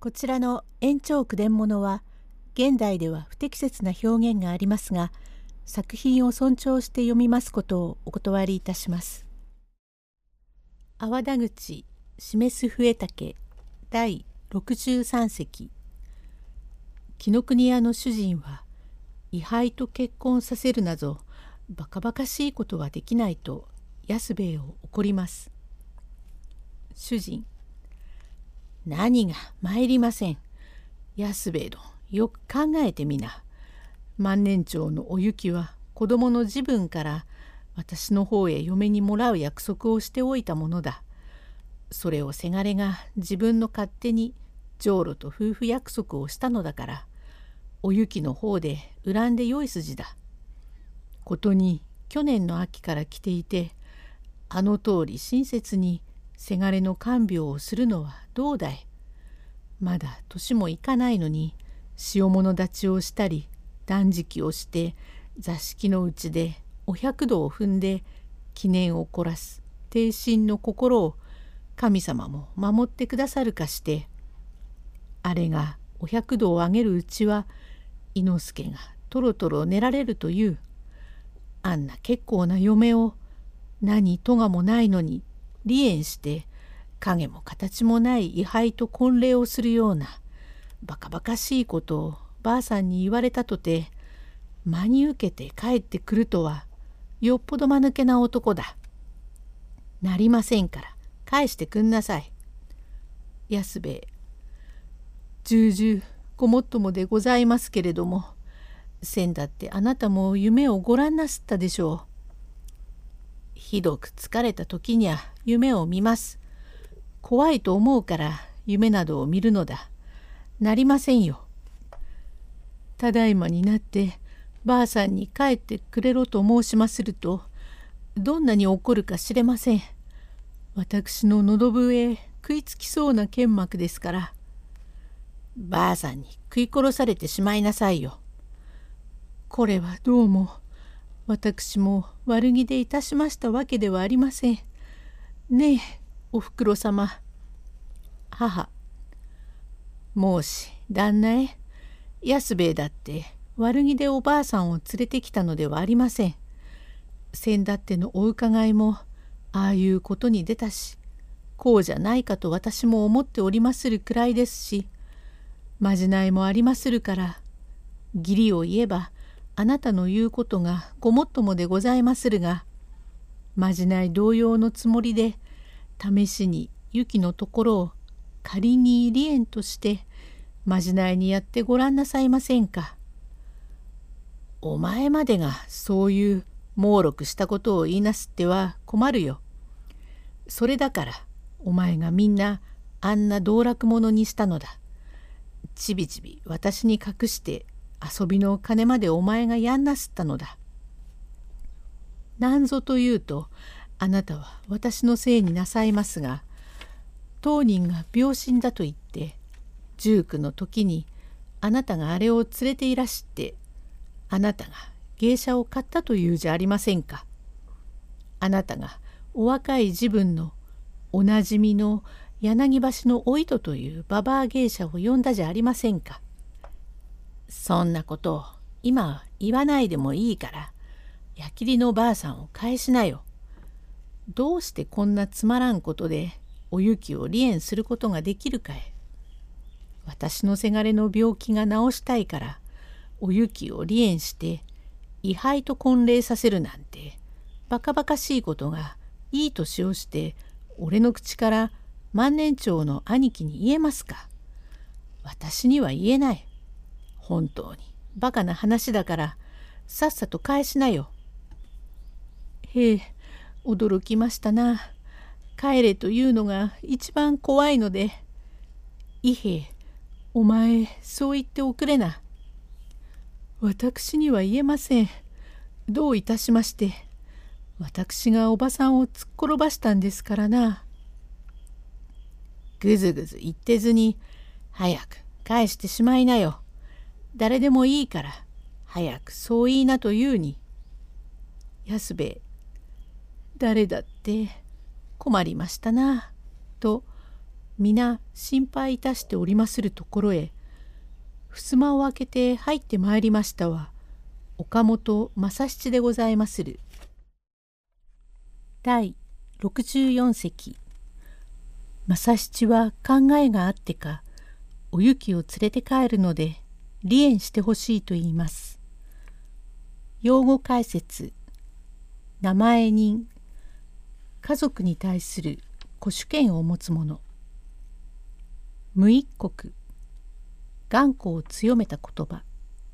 こちらの延長句伝物は現代では不適切な表現がありますが、作品を尊重して読みますことをお断りいたします。阿波田口示す笛竹第63席。紀ノ国屋の主人は位牌と結婚させるなどバカバカしいことはできないと安兵衛を怒ります。主人、何が参りません。安兵衛殿、よく考えてみな。万年長のお雪は子供の自分から私の方へ嫁にもらう約束をしておいたものだ。それをせがれが自分の勝手に女郎と夫婦約束をしたのだから、お雪の方で恨んでよい筋だ。ことに去年の秋から来ていて、あの通り親切にせがれの看病をするのはどうだい。まだ年もいかないのに塩物立ちをしたり断食をして座敷のうちでお百度を踏んで記念を凝らす挺身の心を神様も守ってくださるかして、あれがお百度をあげるうちは伊之助がとろとろ寝られるという。あんな結構な嫁を何とがもないのに離縁して影も形もない位牌と婚礼をするようなバカバカしいことをばあさんに言われたとて、真に受けて帰ってくるとはよっぽど間抜けな男だ。なりませんから返してくんなさい。安兵衛、重々ごもっともでございますけれども、せんだってあなたも夢をご覧なすったでしょう。ひどく疲れた時には夢を見ます。怖いと思うから夢などを見るのだ。なりませんよ。ただいまになってばあさんに帰ってくれろと申しますると、どんなに怒るか知れません。私の喉笛へ食いつきそうな剣幕ですから。ばあさんに食い殺されてしまいなさいよ。これはどうも私も悪気でいたしましたわけではありません。ねえおふくろ様。母、もうし旦那へ、安兵衛だって悪気でおばあさんを連れてきたのではありません。せんだってのお伺いもああいうことに出たし、こうじゃないかと私も思っておりまするくらいですし、まじないもありまするから、義理を言えばあなたの言うことがごもっともでございまするが、まじない同様のつもりで試しにゆきのところを仮に離縁としてまじないにやってごらんなさいませんか。お前までがそういう猛録したことを言いなすっては困るよ。それだからお前がみんなあんな道楽者にしたのだ。ちびちび私に隠して遊びの金までお前がやんなすったのだ。なんぞというとあなたは私のせいになさいますが、当人が病身だと言って19の時にあなたがあれを連れていらして、あなたが芸者を買ったというじゃありませんか。あなたがお若い時分のおなじみの柳橋のお糸というババア芸者を呼んだじゃありませんか。そんなことを今は言わないでもいいから、矢切のばあさんを返しなよ。どうしてこんなつまらんことでお雪を離縁することができるかい。私のせがれの病気が治したいからお雪を離縁して位牌と婚礼させるなんてバカバカしいことがいい年をして俺の口から万年長の兄貴に言えますか。私には言えない。本当にバカな話だからさっさと返しなよ。へえ、驚きましたな。帰れというのが一番怖いので。伊兵衛、お前そう言っておくれな。私には言えません。どういたしまして。私がおばさんを突っ転ばしたんですからな。ぐずぐず言ってずに早く返してしまいなよ。誰でもいいから早くそう言いなというに。安兵衛、誰だって困りましたなと皆心配いたしておりまするところへ、襖を開けて入ってまいりましたは、岡本正七でございまする。第64席。正七は考えがあってか、おゆきを連れて帰るので、離縁してほしいと言います。用語解説。名前人。家族に対する固守権を持つ者。無一国。頑固を強めた言葉。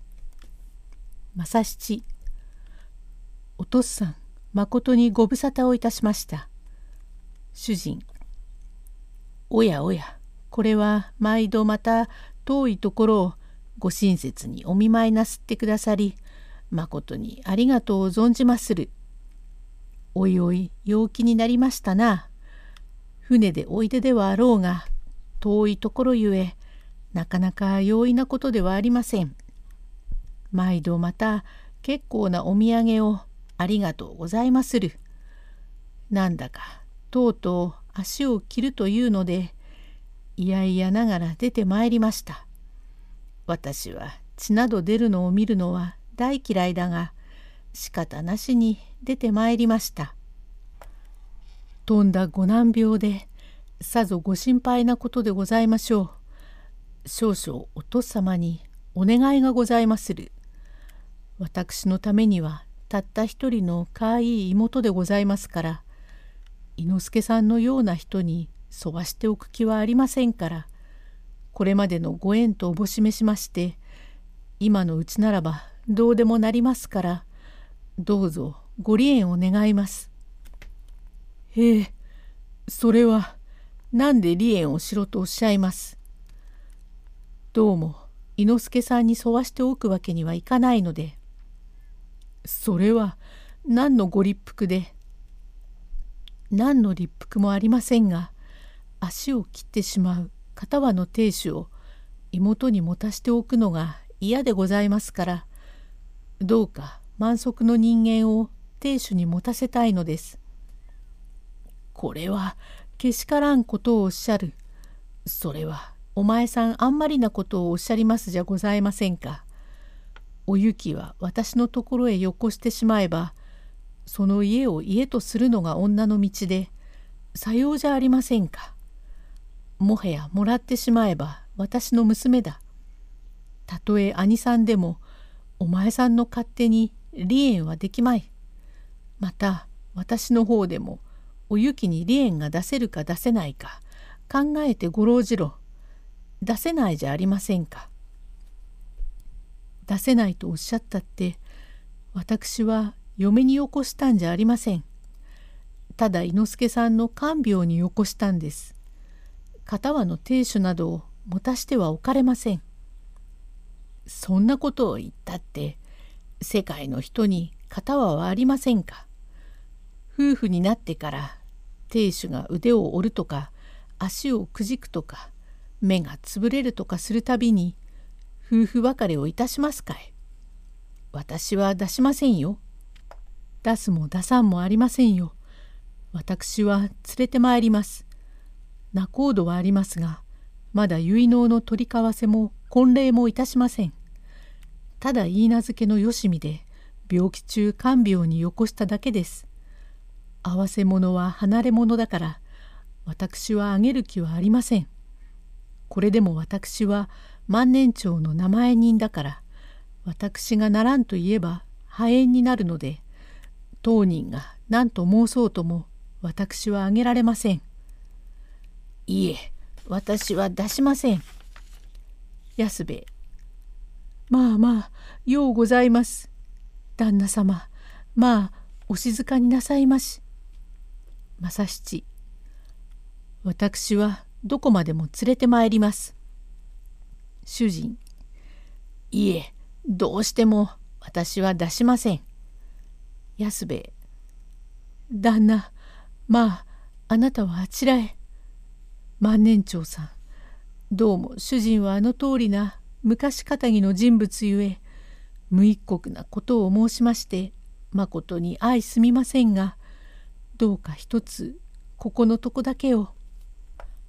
正七。お父っさん、まことにご無沙汰をいたしました。主人。おやおや、これは毎度また遠いところをご親切にお見舞いなすってくださり、まことにありがとうを存じまする。おいおい、陽気になりましたな。船でおいでではあろうが、遠いところゆえ、なかなか容易なことではありません。毎度また結構なお土産をありがとうございまする。なんだかとうとう足を切るというので、いやいやながら出てまいりました。私は血など出るのを見るのは大嫌いだが、仕方なしに出てまいりました。とんだご難病で、さぞご心配なことでございましょう。少々お父様にお願いがございまする。私のためにはたった一人のかわいい妹でございますから、伊之助さんのような人に沿わしておく気はありませんから、これまでのご縁とおぼしめしまして、今のうちならばどうでもなりますから、どうぞご離縁を願います。へえ、それは何で離縁をしろとおっしゃいます。どうも伊之助さんに沿わしておくわけにはいかないので。それは何のご立腹で。何の立腹もありませんが、足を切ってしまう片輪の亭主を妹に持たしておくのが嫌でございますから、どうか満足の人間を亭主に持たせたいのです。これはけしからんことをおっしゃる。それはお前さんあんまりなことをおっしゃりますじゃございませんか。おゆきは私のところへよこしてしまえば、その家を家とするのが女の道で、さようじゃありませんか。もはやもらってしまえば私の娘だ。たとえ兄さんでもお前さんの勝手に離縁はできまい。また私の方でもおゆきに離縁が出せるか出せないか考えてごろうじろ。出せないじゃありませんか。出せないとおっしゃったって、私は嫁によこしたんじゃありません。ただ伊之助さんの看病によこしたんです。片輪の亭主などを持たしてはおかれません。そんなことを言ったって、世界の人に片輪はありませんか。夫婦になってから亭主が腕を折るとか足をくじくとか目がつぶれるとかするたびに夫婦別れをいたしますかい。私は出しませんよ。出すも出さんもありませんよ。私は連れてまいります。仲人はありますが、まだ結納の取り交わせも婚礼もいたしません。ただ言い名付けのよしみで病気中看病によこしただけです。合わせ者は離れ者だから、私はあげる気はありません。これでも私は万年長の名前人だから、私がならんと言えば破縁になるので、当人が何と申そうとも私はあげられません。いえ、私は出しません。安兵衛。まあまあ、ようございます。旦那様、まあ、お静かになさいまし。正七。私はどこまでも連れてまいります。主人。いえ、どうしても私は出しません。安兵衛。旦那、まあ、あなたはあちらへ。万年長さん、どうも主人はあの通りな昔かたぎの人物ゆえ、無一国なことを申しまして、まことに相すみませんが、どうか一つここのとこだけを。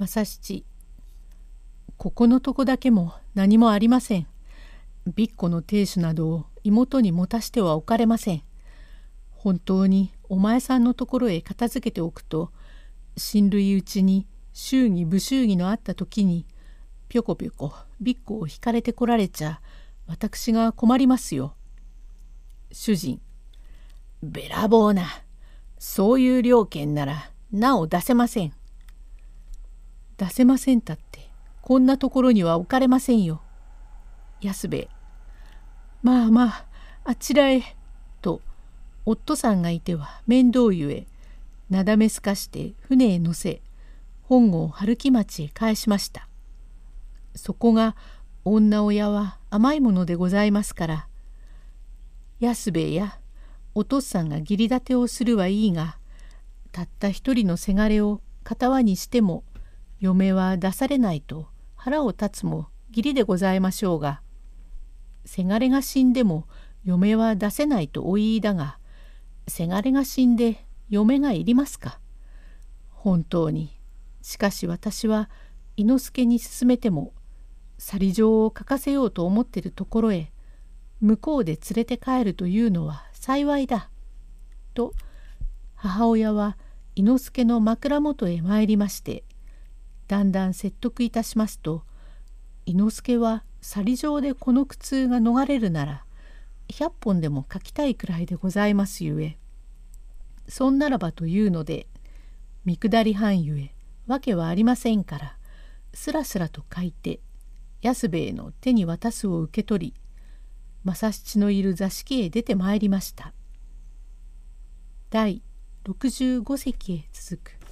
正七、ここのとこだけも何もありません。びっこの亭主などを妹に持たしてはおかれません。本当にお前さんのところへ片付けておくと、親類うちに祝儀不祝儀のあった時にぴょこぴょこびっこを引かれてこられちゃ私が困りますよ。主人、べらぼうな、そういう了見ならなお出せません。出せませんたってこんなところには置かれませんよ。安兵衛、まあまああちらへと夫さんがいては面倒ゆえなだめすかして船へ乗せ本郷春木町へ返しました。そこが女親は甘いものでございますから、安兵衛やお父さんが義理立てをするはいいが、たった一人のせがれを片輪にしても嫁は出されないと腹を立つも義理でございましょうが、せがれが死んでも嫁は出せないとお言いだが、せがれが死んで嫁がいりますか。本当に。しかし私は伊之助に勧めても去り状を書かせようと思っているところへ向こうで連れて帰るというのは幸いだ。と母親は伊之助の枕元へ参りまして、だんだん説得いたしますと、伊之助は去り状でこの苦痛が逃れるなら100本でも書きたいくらいでございますゆえ、そんならばというので見下り半ゆえわけはありませんからすらすらと書いて安兵衛の手に渡すを受け取り、正七のいる座敷へ出てまいりました。第65席へ続く。